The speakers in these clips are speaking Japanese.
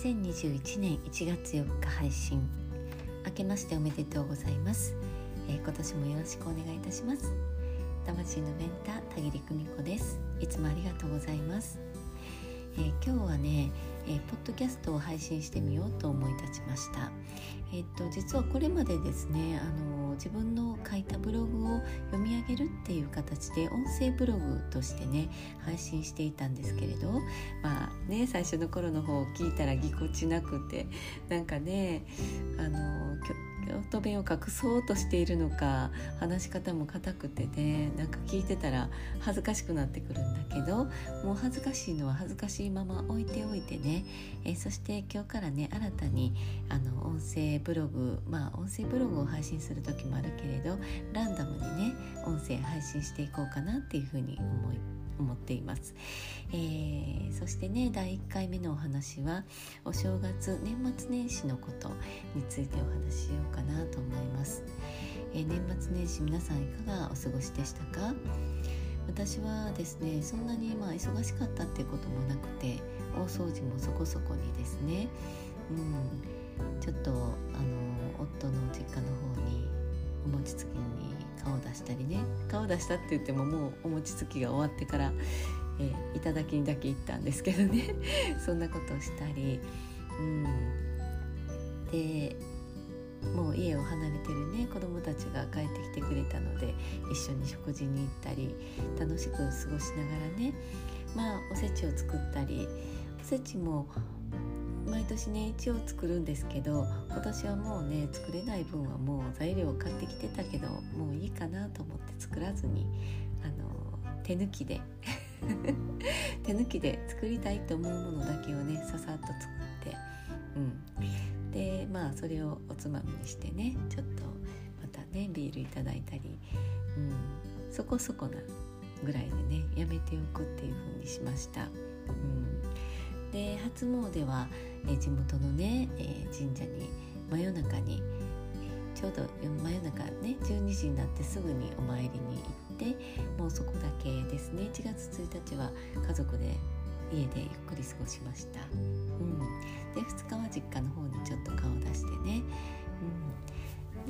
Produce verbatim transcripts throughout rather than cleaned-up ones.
せんにじゅういちねんいちがつよっか配信。明けましておめでとうございます、えー、今年もよろしくお願いいたします。魂のメンター田切久美子です。いつもありがとうございます。えー、今日はね、えー、ポッドキャストを配信してみようと思い立ちました。えー、っと実はこれまでですね、あの自分の書いたブログを読み上げるっていう形で音声ブログとしてね配信していたんですけれど、まあね最初の頃の方を聞いたらぎこちなくて、なんかねあの京都弁を隠そうとしているのか話し方も硬くてね、なんか聞いてたら恥ずかしくなってくるんだけど、もう恥ずかしいのは恥ずかしいまま置いておいてね、えー、そして今日からね新たにあの音声ブログ、まあ音声ブログを配信する時もあるけれど、ランダムにね音声配信していこうかなっていうふうに思い思っています。えー、そしてねだいいっかいめのお話はお正月年末年始のことについてお話ししようかなと思います。えー、年末年始皆さんいかがお過ごしでしたか？私はですねそんなにまあ忙しかったっていうこともなくて、大掃除もそこそこにですね、うん、ちょっとあの夫の実家の方にお餅つきに顔出したりね、顔出したって言ってももうお餅つきが終わってから、えー、いただきにだけ行ったんですけどねそんなことをしたり、うん、でもう家を離れてるね子供たちが帰ってきてくれたので一緒に食事に行ったり楽しく過ごしながらね、まあおせちを作ったり、おせちも毎年ね一応作るんですけど、今年はもうね作れない分はもう材料を買ってきてたけどもういいかなと思って作らずにあの手抜きで手抜きで作りたいと思うものだけをねささっと作って、うん、でまあそれをおつまみにしてねちょっとまたねビールいただいたり、うん、そこそこなぐらいでねやめておくっていう風にしました。うん、で初詣はえ地元のね、えー、神社に真夜中に、えー、ちょうど真夜中ねじゅうにじになってすぐにお参りに行って、もうそこだけですね。いちがつついたちは家族で家でゆっくり過ごしました。うん、でふつかは実家の方にちょっと顔を出してね、うん、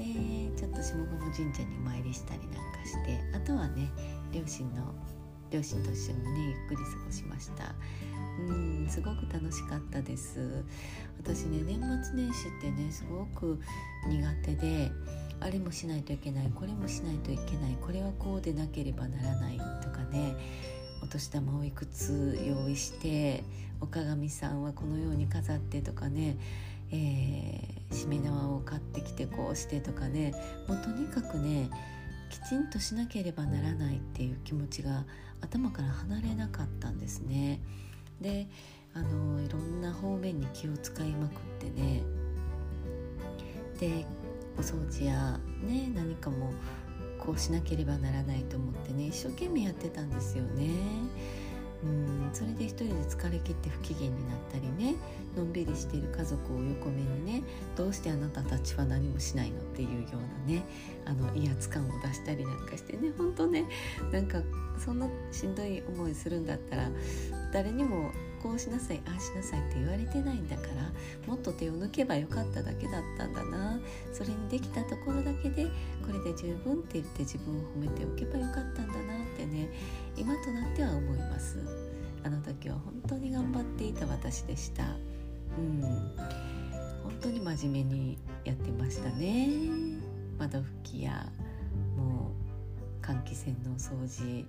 でちょっと下鴨神社にお参りしたりなんかして、あとはね両親の両親と一緒にねゆっくり過ごしました。うん、すごく楽しかったです。私ね年末年始ってねすごく苦手で、あれもしないといけない、これもしないといけない、これはこうでなければならないとかね、お年玉をいくつ用意してお鏡さんはこのように飾ってとかね、えー、しめ縄を買ってきてこうしてとかね、もうとにかくねきちんとしなければならないっていう気持ちが頭から離れなかったんですね。であのいろんな方面に気を使いまくってね、でお掃除やね何かもこうしなければならないと思ってね一生懸命やってたんですよね。うん、それで一人で疲れ切って不機嫌になったりね、のんびりしている家族を横目にね、どうしてあなたたちは何もしないのっていうようなねあの威圧感を出したりなんかしてね、本当ねなんかそんなしんどい思いするんだったら誰にもこうしなさいああしなさいって言われてないんだから、もっと手を抜けばよかっただけだったんだな、それにできたところだけでこれで十分って言って自分を褒めておけばよかったんだなってね今となっては思います。あの時は本当に頑張っていた私でした。うん、本当に真面目にやってましたね。窓拭きやもう換気扇のお掃除、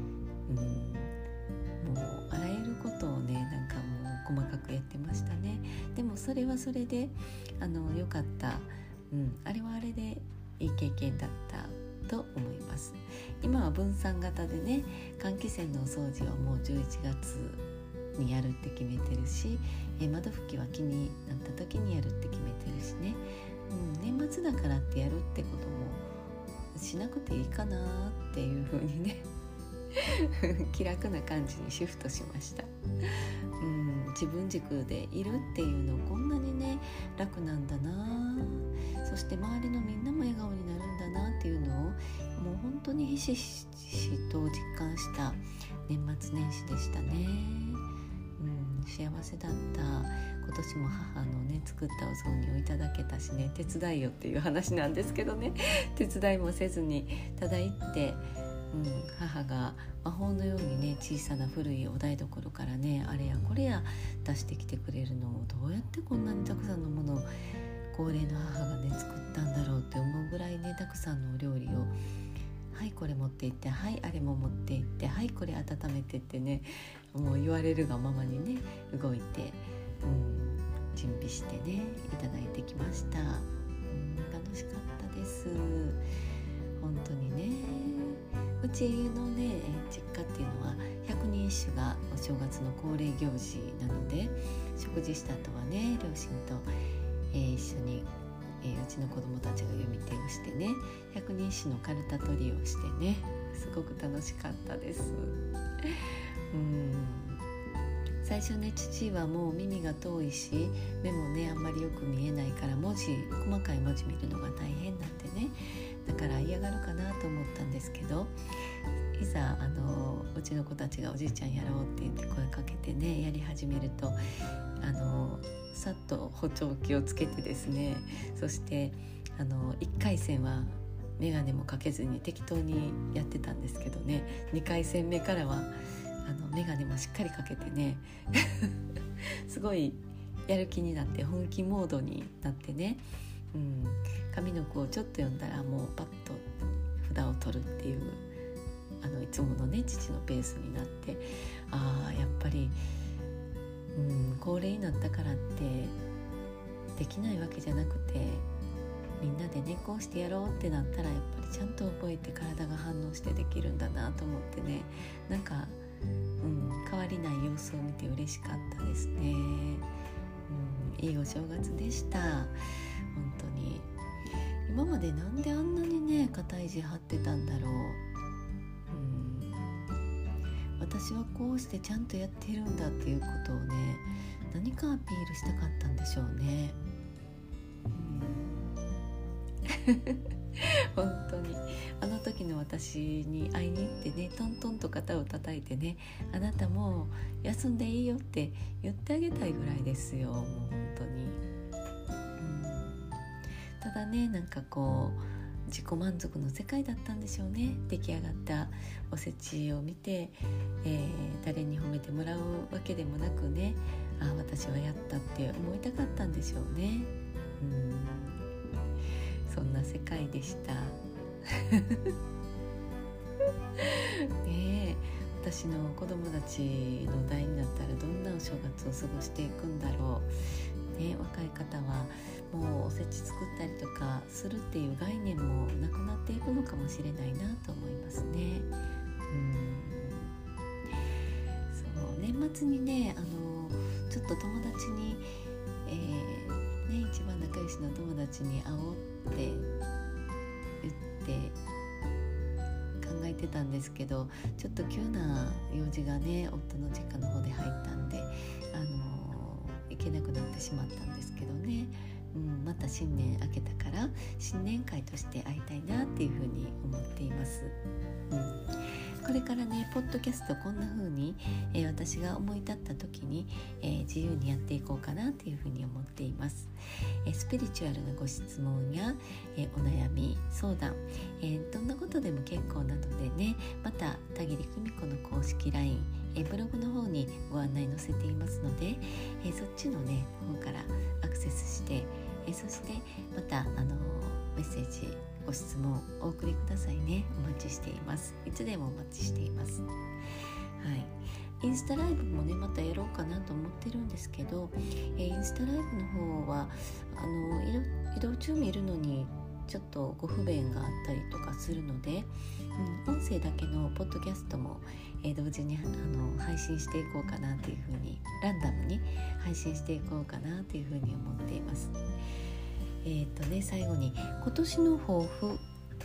うん、もうあらゆることをねなんかもう細かくやってましたね。でもそれはそれであの良かった、うん、あれはあれでいい経験だったと思います。今は分散型でね換気扇のお掃除はもうじゅういちがつにやるって決めてるし、え窓拭きは気になった時にやるって決めてるしね、うん、年末だからってやるってこともしなくていいかなっていう風にね気楽な感じにシフトしました。うん、自分軸でいるっていうのこんなにね楽なんだな、そして周りのみんなも笑顔になるんだなっていうのをもう本当にひしひしと実感した年末年始でしたね。ううん、幸せだった。今年も母のね作ったお雑煮をいただけたしね、手伝いよっていう話なんですけどね手伝いもせずにただ行って、うん、母が魔法のようにね小さな古いお台所からねあれやこれや出してきてくれるのを、どうやってこんなにたくさんのものを高齢の母がね作ったんだろうって思うぐらいねたくさんのお料理を、はいこれ持って行って、はいあれも持って行って、はいこれ温めてってね、もう言われるがままにね動いて、うん、準備してねいただいてきました。うん、楽しかったです。本当にね、うちのね実家っていうのは百人一首がお正月の恒例行事なので、食事した後はね両親と、えー、一緒に、えー、うちの子供たちが読み手をしてね百人一首のカルタ取りをしてね、すごく楽しかったです。うん最初ね父はもう耳が遠いし目もねあんまりよく見えないから文字細かい文字見るのが大変なんでね、だから嫌がるかなと思ったんですけど、いざあのうちの子たちがおじいちゃんやろうって言って声かけてねやり始めると、あのさっと補聴器をつけてですね、そしてあのいっかい戦はメガネもかけずに適当にやってたんですけどね、にかい戦目からはあのメガネもしっかりかけてねすごいやる気になって本気モードになってね、うん、上の句をちょっと読んだらもうパッと札を取るっていうあのいつものね父のペースになって、あーやっぱり、うん、高齢になったからってできないわけじゃなくて、みんなでねこうしてやろうってなったらやっぱりちゃんと覚えて体が反応してできるんだなと思ってね、なんか、うん、変わりない様子を見て嬉しかったですね。うん、いいお正月でした。本当に今までなんであんなにね固い字張ってたんだろう。私はこうしてちゃんとやっているんだっていうことをね何かアピールしたかったんでしょうね。うん本当にあの時の私に会いに行ってねトントンと肩を叩いてね、あなたもう休んでいいよって言ってあげたいぐらいですよ。もう本当に、うん、ただねなんかこう自己満足の世界だったんでしょうね。出来上がったおせちを見て、えー、誰に褒めてもらうわけでもなくね、あ私はやったって思いたかったんでしょうね。うんそんな世界でしたねえ、私の子供たちの代になったらどんなお正月を過ごしていくんだろう、ね、若い方はもうおせち作ったりとかするっていう概念もなくなっていくのかもしれないなと思いますね。うんそう年末にねあのちょっと友達に、えーね、一番仲良しの友達に会おうって言って考えてたんですけど、ちょっと急な用事がね夫の実家の方で入ったんで、あの行けなくなってしまったんですけどね、うん、また新年明けたから新年会として会いたいなっていうふうに思っています。うん、これからねポッドキャストこんな風に、えー、私が思い立った時に、えー、自由にやっていこうかなっていう風に思っています。えー、スピリチュアルなご質問や、えー、お悩み相談、えー、どんなことでも結構なのでね、また田切久美子の公式 ライン、えー、ブログの方にご案内載せていますので、えー、そっちのね方からアクセスして、えー、そしてまたあのー、メッセージご質問お送りくださいね。お待ちしています。いつでもお待ちしています。はい、インスタライブもねまたやろうかなと思ってるんですけど、えー、インスタライブの方はあの移動、移動中見るのにちょっとご不便があったりとかするので、うん、音声だけのポッドキャストも、えー、同時にあの配信していこうかなというふうに、ランダムに配信していこうかなというふうに思っています。えーとね、最後に今年の抱負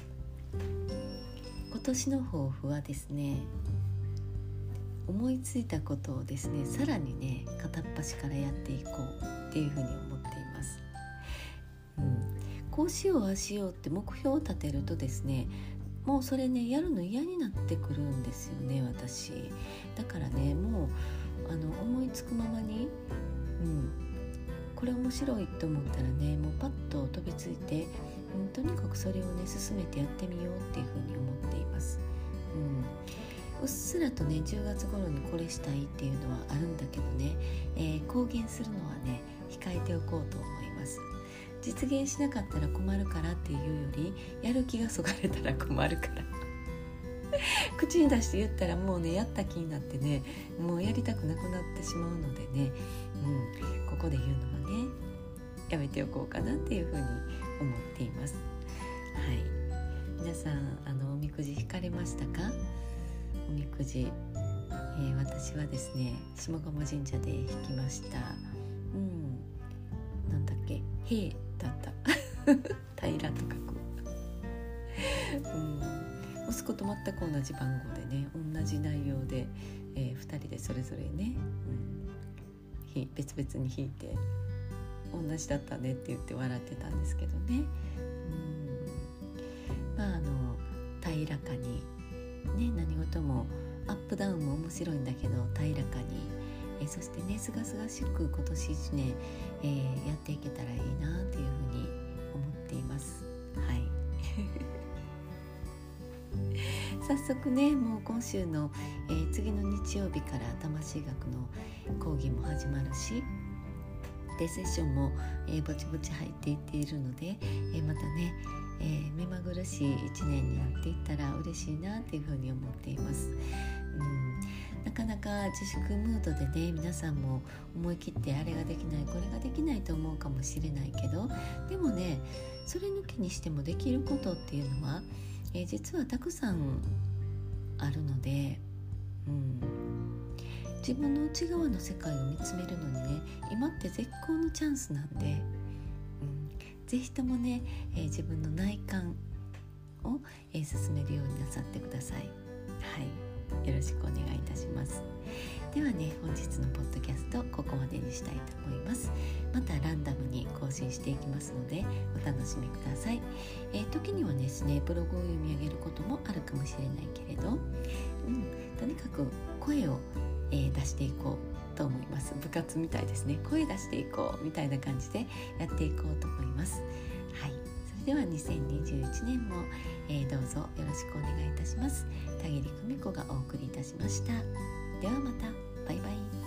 今年の抱負はですね、思いついたことをですねさらにね片っ端からやっていこうっていうふうに思っています。うん、こうしようああしようって目標を立てるとですね、 もうそれねやるの嫌になってくるんですよね私。だからねもうあの思いつくままに、うん、これ面白いと思ったらねもうパッと飛びついて、うん、とにかくそれをね進めてやってみようっていうふうに思っています、うん、うっすらとねじゅうがつ頃にこれしたいっていうのはあるんだけどね、えー、公言するのはね控えておこうと思います。実現しなかったら困るからっていうよりやる気がそがれたら困るから口に出して言ったらもうねやった気になってねもうやりたくなくなってしまうのでね、うん、ここで言うのはねやめておこうかなっていうふうに思っています。はい、皆さんあのおみくじ引かれましたか？おみくじ、えー、私はですね下鴨神社で引きました。うん、なんだっけ平だった平と書く、うん、息子と全く同じ番号でね同じ内容で、えー、ふたりでそれぞれね、うん、別々に引いて同じだったねって言って笑ってたんですけどね、うん、まああの平らかにね何事もアップダウンも面白いんだけど平らかに、えー、そしてねすがすがしく今年一年、えー、やっていけたらいいなっていうふうに思っています。はい早速ねもう今週の、えー、次の日曜日から魂学の講義も始まるしでセッションも、えー、ぼちぼち入っていっているので、えー、またね、えー、目まぐるしい一年になっていったら嬉しいなっていうふうに思っています。うんなかなか自粛ムードでね皆さんも思い切ってあれができないこれができないと思うかもしれないけどでもねそれ抜きにしてもできることっていうのは、えー、実はたくさんあるので、うん、自分の内側の世界を見つめるのにね今って絶好のチャンスなんで、うん、ぜひともね、えー、自分の内観を、えー、進めるようになさってください。はいよろしくお願いいたします。ではね本日のポッドキャストここまでにしたいと思います。またランダムに更新していきますのでお楽しみください。えー、時にはですねブログを読み上げることもあるかもしれないけれど、うん、とにかく声を、えー、出していこうと思います。部活みたいですね。声出していこうみたいな感じでやっていこうと思います。はいそれではにせんにじゅういちねんも、えー、どうぞよろしくお願いいたします。田切久美子がお送りいたしました。ではまた。バイバイ。